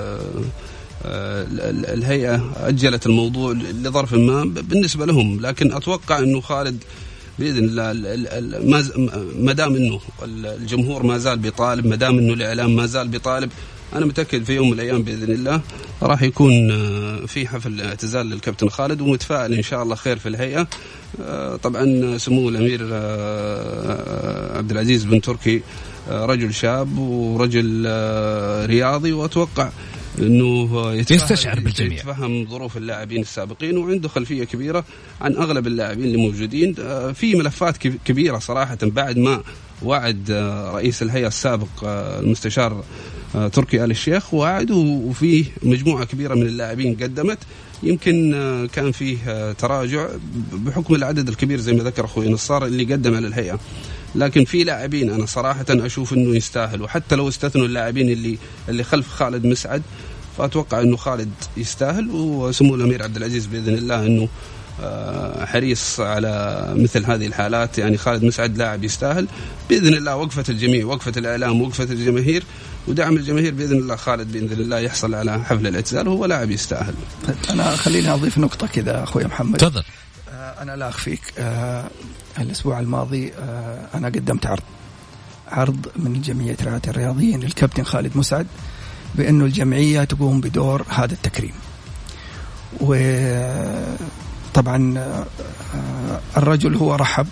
D: الهيئة أجلت الموضوع لظرف ما بالنسبة لهم، لكن أتوقع أنه خالد بإذن الله ما دام أنه الجمهور ما زال بيطالب، ما دام أنه الإعلام ما زال بيطالب، أنا متأكد في يوم من الأيام بإذن الله راح يكون في حفل اعتزال للكابتن خالد، ومتفائل إن شاء الله خير في الهيئة. طبعا سمو الأمير عبد العزيز بن تركي رجل شاب ورجل رياضي، وأتوقع أنه
C: يستشعر بالجميع،
D: يتفهم ظروف اللاعبين السابقين، وعنده خلفية كبيرة عن أغلب اللاعبين اللي موجودين. في ملفات كبيرة صراحة بعد ما وعد رئيس الهيئة السابق المستشار تركي آل الشيخ وعد، وفي مجموعة كبيرة من اللاعبين قدمت. يمكن كان فيه تراجع بحكم العدد الكبير زي ما ذكر أخوي نصار اللي قدم على الهيئة، لكن في لاعبين أنا صراحة أشوف أنه يستاهل، وحتى لو استثنوا اللاعبين اللي خلف خالد مسعد، فأتوقع أنه خالد يستاهل، وسمو الأمير عبد العزيز بإذن الله أنه حريص على مثل هذه الحالات. يعني خالد مسعد لاعب يستاهل بإذن الله، وقفة الجميع، وقفة الإعلام، وقفة الجماهير ودعم الجماهير بإذن الله. خالد بإذن الله يحصل على حفل الاعتزال، وهو لاعب يستاهل.
E: أنا خليني أضيف نقطة كذا أخوي محمد.
C: تفضل.
E: أنا لا أخفيك، الأسبوع الماضي أنا قدمت عرض من جمعية رعاية الرياضيين للكابتن خالد مسعد بأنه الجمعية تقوم بدور هذا التكريم. وطبعا الرجل هو رحب،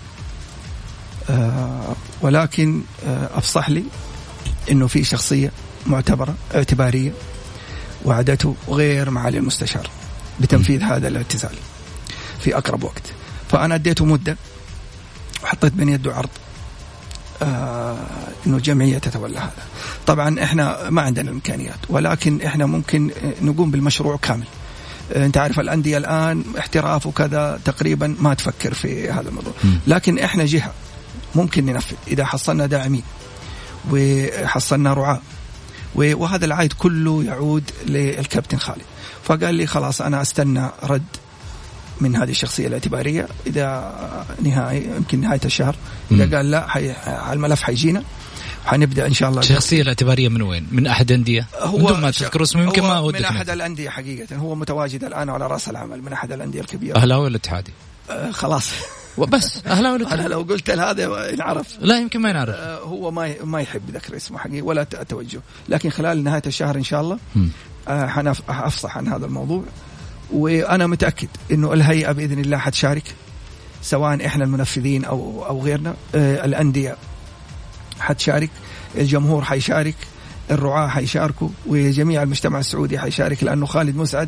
E: ولكن أفصح لي أنه في شخصية معتبرة اعتبارية وعدته غير معالي المستشار بتنفيذ هذا الاعتزال في أقرب وقت. فأنا اديته مدة وحطيت بين يده عرض إنه الجمعية تتولى هذا. طبعا إحنا ما عندنا الإمكانيات، ولكن إحنا ممكن نقوم بالمشروع كامل. أنت عارف الأندية الآن احتراف وكذا تقريبا ما تفكر في هذا الموضوع، لكن إحنا جهة ممكن ننفذ إذا حصلنا داعمين وحصلنا رعاة، وهذا العائد كله يعود للكابتن خالد. فقال لي خلاص أنا أستنى رد من هذه الشخصية الاعتبارية إذا يمكن نهاية الشهر. إذا قال لا الملف حيجينا حنبدأ إن شاء الله.
C: الشخصية الاعتبارية من وين؟ من أحد الأندية؟
E: هو
C: ما تذكر اسمه يمكن ما
E: هو من أحد الأندية حقيقة. هو متواجد الآن على رأس العمل من أحد الأندية الكبيرة.
C: أهلاوي ولا اتحادي؟
E: خلاص
C: بس أهلاوي ولا
E: أنا لو قلت هذا ينعرف.
C: لا يمكن ما ينعرف.
E: هو ما يحب ذكر اسمه حقيقي ولا توجه، لكن خلال نهاية الشهر إن شاء الله حنفصح عن هذا الموضوع. وأنا متأكد إنه الهيئة بإذن الله حتشارك، سواء إحنا المنفذين أو غيرنا. الأندية حتشارك، الجمهور حيشارك، الرعاة حيشاركوا، وجميع المجتمع السعودي حيشارك، لأنه خالد مسعد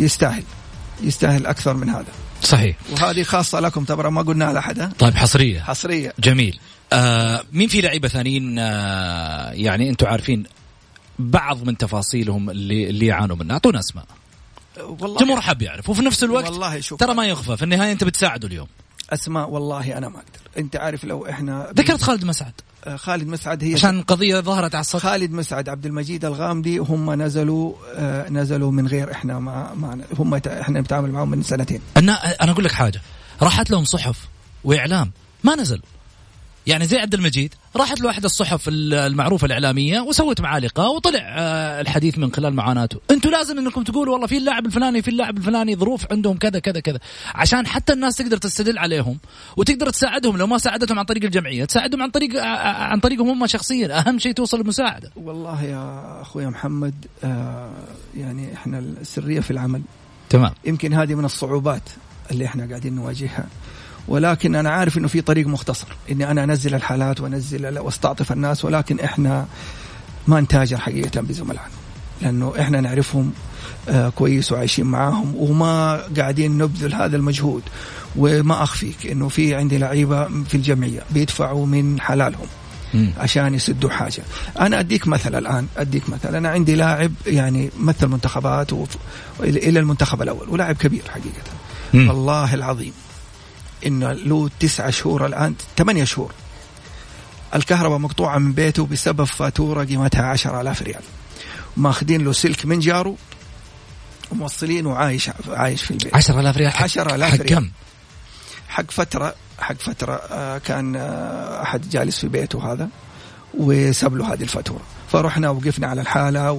E: يستاهل أكثر من هذا.
C: صحيح.
E: وهذه خاصة لكم طبعا ما قلنا على أحد.
C: طيب حصرية.
E: جميل.
C: مين في لعيبة ثانيين يعني أنتوا عارفين بعض من تفاصيلهم اللي يعانوا منها؟ أعطونا أسماء. جمهور حب يعرف، وفي نفس الوقت ترى ما يخفى في النهاية أنت بتساعده اليوم.
E: أسماء والله أنا ما أقدر. أنت عارف لو إحنا
C: ذكرت خالد مسعد هي
E: عشان
C: قضية ظهرت على السطح.
E: خالد مسعد، عبد المجيد الغامدي، هم نزلوا من غير إحنا هم إحنا نتعامل معهم من سنتين.
C: أنا أقول لك حاجة، راحت لهم صحف وإعلام ما نزل. يعني زي عبد المجيد راحت له أحد الصحف المعروفة الإعلامية وسوت معاه لقاء وطلع الحديث من خلال معاناته. أنتوا لازم أنكم تقولوا والله في اللاعب الفلاني ظروف عندهم كذا كذا كذا، عشان حتى الناس تقدر تستدل عليهم وتقدر تساعدهم. لو ما ساعدتهم عن طريق الجمعية تساعدهم عن طريقهم هم شخصيا. أهم شيء توصل المساعدة.
E: والله يا أخوي محمد يعني إحنا السرية في العمل
C: تمام.
E: يمكن هذه من الصعوبات اللي إحنا قاعدين نواجهها، ولكن أنا عارف إنه في طريق مختصر إني أنا أنزل الحالات واستعطف الناس، ولكن إحنا ما نتاجر حقيقة بزملائنا، لأنه إحنا نعرفهم كويس وعايشين معاهم وما قاعدين نبذل هذا المجهود. وما أخفيك إنه في عندي لعيبة في الجمعية بيدفعوا من حلالهم عشان يسدوا حاجة. أنا أديك مثل أنا عندي لاعب يعني مثل منتخبات إلى المنتخب الأول، ولاعب كبير حقيقة. والله العظيم إنه له 9 شهور الآن 8 شهور الكهرباء مقطوعة من بيته بسبب فاتورة قيمتها 10,000 ريال. ماخدين له سلك من جاره وموصلين وعايش في البيت.
C: 10,000 ريال.
E: 10,000 ريال حق فترة كان أحد جالس في بيته هذا وساب له هذه الفاتورة، فرحنا وقفنا على الحالة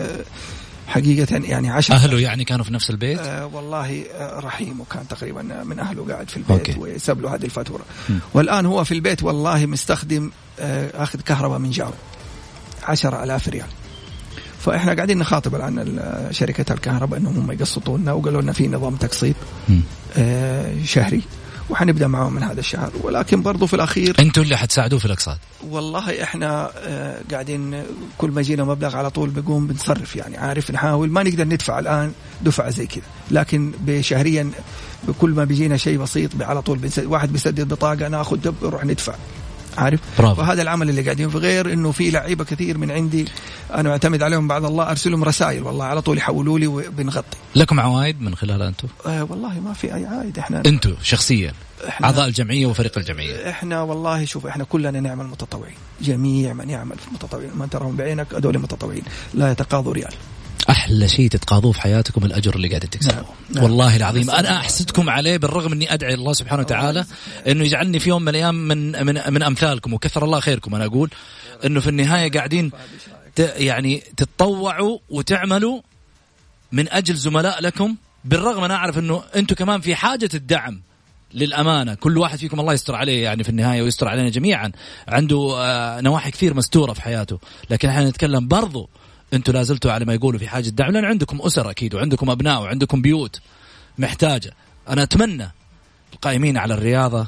E: حقيقة يعني 10
C: أهله يعني كانوا في نفس البيت.
E: والله رحيم، وكان تقريبا من أهله قاعد في البيت وساب له هذه الفاتورة. والآن هو في البيت والله مستخدم أخذ كهرباء من جاره 10,000 ريال. فإحنا قاعدين نخاطب الآن شركة الكهرباء أنهم هم يقسطونا، وقالوا لنا في نظام تقسيط شهري، وحنبدأ معهم من هذا الشهر. ولكن برضو في الأخير
C: أنتوا اللي حتساعدوه في الأقساط.
E: والله إحنا قاعدين كل ما جينا مبلغ على طول بيقوم بنصرف، يعني عارف نحاول ما نقدر ندفع الآن دفعة زي كذا، لكن بشهريا بكل ما بيجينا شيء بسيط على طول واحد بيسدد بطاقة ناخذ دب نروح ندفع، عارف. وهذا العمل اللي قاعدين في، غير انه في لعيبه كثير من عندي انا معتمد عليهم بعد الله، ارسلهم رسائل والله على طول يحولوا لي وبنغطي.
C: لكم عوائد من خلالها انتم؟
E: والله ما في اي عائد. احنا
C: انتم شخصيا اعضاء الجمعيه وفريق الجمعيه؟
E: احنا والله شوف احنا كلنا نعمل متطوعين، جميع من يعمل في متطوعين، ما تراهم بعينك هذول متطوعين لا يتقاضوا ريال.
C: أحلى شيء تتقاضوه في حياتكم الأجر اللي قاعد تكسبوه. نعم. والله العظيم أنا أحسدكم عليه، بالرغم أني أدعي الله سبحانه وتعالى أنه يجعلني في يوم من الأيام من أمثالكم، وكثر الله خيركم. أنا أقول أنه في النهاية قاعدين يعني تتطوعوا وتعملوا من أجل زملاء لكم، بالرغم أنا أعرف أنه أنتم كمان في حاجة الدعم للأمانة. كل واحد فيكم الله يستر عليه يعني في النهاية ويستر علينا جميعا، عنده نواحي كثير مستورة في حياته، لكن احنا نتكلم برضو انتوا لازلتوا على ما يقولوا في حاجة دعم، لأن عندكم أسر أكيد وعندكم أبناء وعندكم بيوت محتاجة. أنا أتمنى القائمين على الرياضة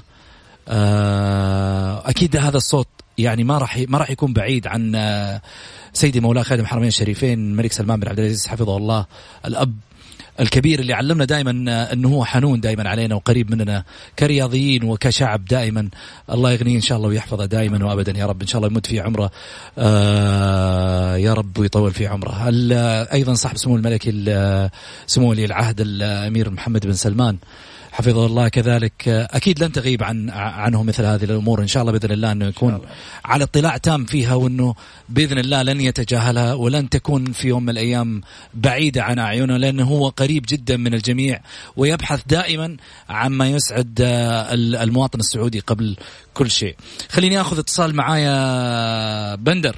C: أكيد هذا الصوت يعني ما راح يكون بعيد عن سيدي مولاي خادم الحرمين الشريفين الملك سلمان بن عبد العزيز حفظه الله، الأب الكبير اللي علمنا دائما أنه هو حنون دائما علينا وقريب مننا كرياضيين وكشعب دائما. الله يغنيه إن شاء الله ويحفظه دائما وأبدا يا رب، إن شاء الله يمد في عمره يا رب ويطول في عمره. أيضا صاحب سمو الملكي سمو ولي العهد الأمير محمد بن سلمان حفظه الله كذلك، أكيد لن تغيب عنه مثل هذه الأمور. إن شاء الله بإذن الله أنه يكون على اطلاع تام فيها، وأنه بإذن الله لن يتجاهلها ولن تكون في يوم من الأيام بعيدة عن أعينه، لأنه هو قريب جدا من الجميع ويبحث دائما عما يسعد المواطن السعودي قبل كل شيء. خليني أخذ اتصال معايا بندر.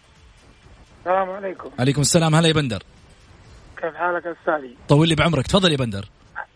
H: السلام عليكم.
C: عليكم السلام. هلا يا بندر،
H: كيف حالك يا أستاذي؟
C: طول لي بعمرك. تفضل يا بندر.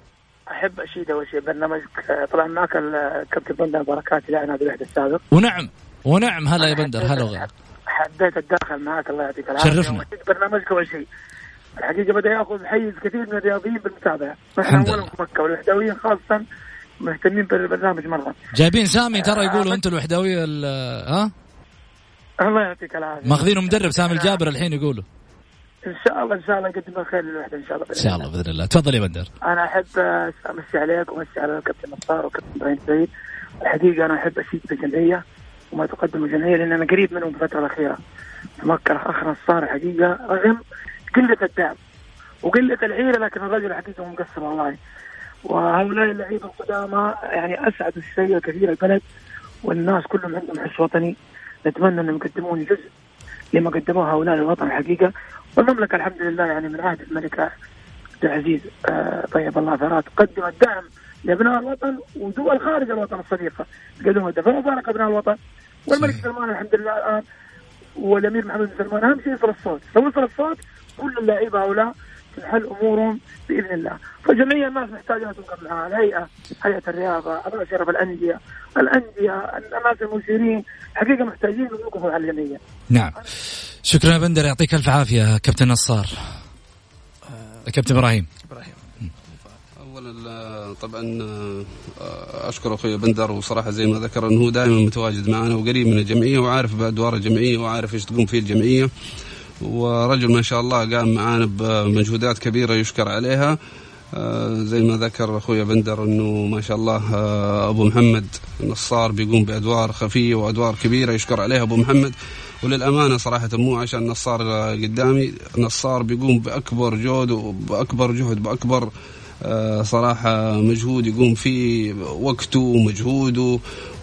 H: أحب أشيد أول شيء برنامجك، طبعا معك الكابتن بندر بركات إلى نادي الوحدة السابق.
C: ونعم هلا يا بندر، هلا وغلا.
H: حبيت أتداخل معك، الله يعطيك العافية.
C: شرفنا.
H: برنامجك أول شيء الحقيقة بدأ يأخذ حيز كثير من الرياضيين بالمتابعة، نحن أولا في مكة والوحدويين خاصة مهتمين بالبرنامج مرة.
C: جايبين سامي ترى يقولوا أنتوا الوحدوية ها؟
H: الله يعطيك العافية.
C: ماخذينه مدرب سامي الجابر الحين يقولوا.
H: إن شاء الله يقدم الخير للوحدة إن شاء الله.
C: إن شاء الله بإذن الله. تفضل يا بندر.
H: أنا أحب أمسي عليك وأمسي على الكابتن نصار وكابتن إبراهيم سعيد. الحقيقة أنا أحب أشيد بالجمعية وما تقدم الجمعية، لأن أنا قريب منهم في الفترة الأخيرة في مكة. أخ نصار حقيقة رغم قلة الدعم وقلة العيرة، لكن الرجل حقيقة مقصر والله. وهؤلاء اللعيبة القدامى يعني أسعدوا الشيء كثير البلد، والناس كلهم عندهم حس وطني. نتمنى أنهم يقدمون جزء لما قدموه هؤلاء الوطن الحقيقة. والمملكة الحمد لله يعني من عهد الملك عبد العزيز طيب الله ثرات قدمت دعم لأبناء الوطن ودول خارج الوطن الصديقة قدموا الدفع وبارك أبناء الوطن. والملك سلمان الحمد لله الآن والأمير محمد بن سلمان أهم شيء يصل الصوت، لو وصل الصوت كل اللاعبين هؤلاء تنحل أمورهم بإذن الله. فجميع الناس محتاجة تنقل معها الهيئة، هيئة الرياضة، أبناء شرف الأندية، الناس المسيرين حقيقة محتاجين يوقفوا على الجميع.
C: نعم شكرا بندر، يعطيك الف عافيه كابتن نصار. كابتن ابراهيم.
D: اولا طبعا اشكر اخوي بندر، وصراحه زي ما ذكر انه هو دائما متواجد معنا وقريب من الجمعيه وعارف بادوار الجمعيه وعارف ايش تقوم فيه الجمعيه، ورجل ما شاء الله قام معانا بمجهودات كبيره يشكر عليها. زي ما ذكر أخوي بندر أنه ما شاء الله أبو محمد نصار بيقوم بأدوار خفية وأدوار كبيرة يشكر عليها أبو محمد. وللأمانة صراحة مو عشان نصار قدامي، نصار بيقوم بأكبر جهد وبأكبر جهد بأكبر صراحة مجهود يقوم فيه وقته ومجهوده،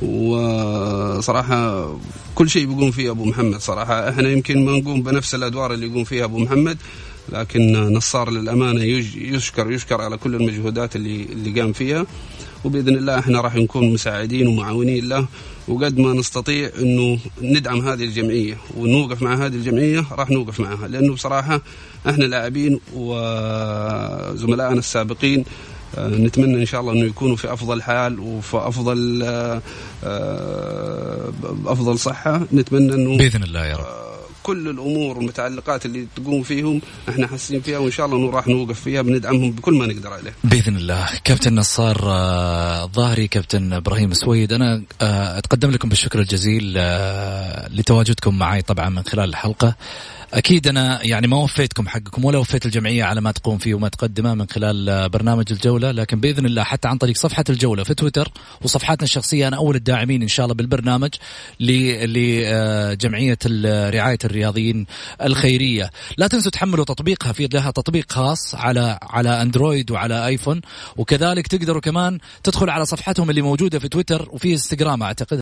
D: وصراحة كل شيء بيقوم فيه أبو محمد. صراحة إحنا يمكن ما نقوم بنفس الأدوار اللي يقوم فيها أبو محمد، لكن نصار للأمانة يشكر على كل المجهودات اللي قام فيها. وبإذن الله احنا راح نكون مساعدين ومعاونين له، وقد ما نستطيع انه ندعم هذه الجمعية ونوقف مع هذه الجمعية راح نوقف معها، لأنه بصراحة احنا لاعبين وزملائنا السابقين نتمنى إن شاء الله أنه يكونوا في أفضل حال وفي أفضل صحة. نتمنى أنه
C: بإذن الله يا رب
D: كل الأمور والمتعلقات اللي تقوم فيهم احنا حاسين فيها، وإن شاء الله راح نوقف فيها، بندعمهم بكل ما نقدر عليه
C: بإذن الله. كابتن نصار ظاهري، كابتن إبراهيم سويد، أنا أتقدم لكم بالشكر الجزيل لتواجدكم معي طبعا من خلال الحلقة. أكيد أنا يعني ما وفيتكم حقكم ولا وفيت الجمعية على ما تقوم فيه وما تقدمه من خلال برنامج الجولة، لكن بإذن الله حتى عن طريق صفحة الجولة في تويتر وصفحاتنا الشخصية أنا أول الداعمين إن شاء الله بالبرنامج لجمعية رعاية الرياضيين الخيرية. لا تنسوا تحملوا تطبيقها، في لها تطبيق خاص على أندرويد وعلى آيفون، وكذلك تقدروا كمان تدخل على صفحتهم اللي موجودة في تويتر وفي انستغرام أعتقد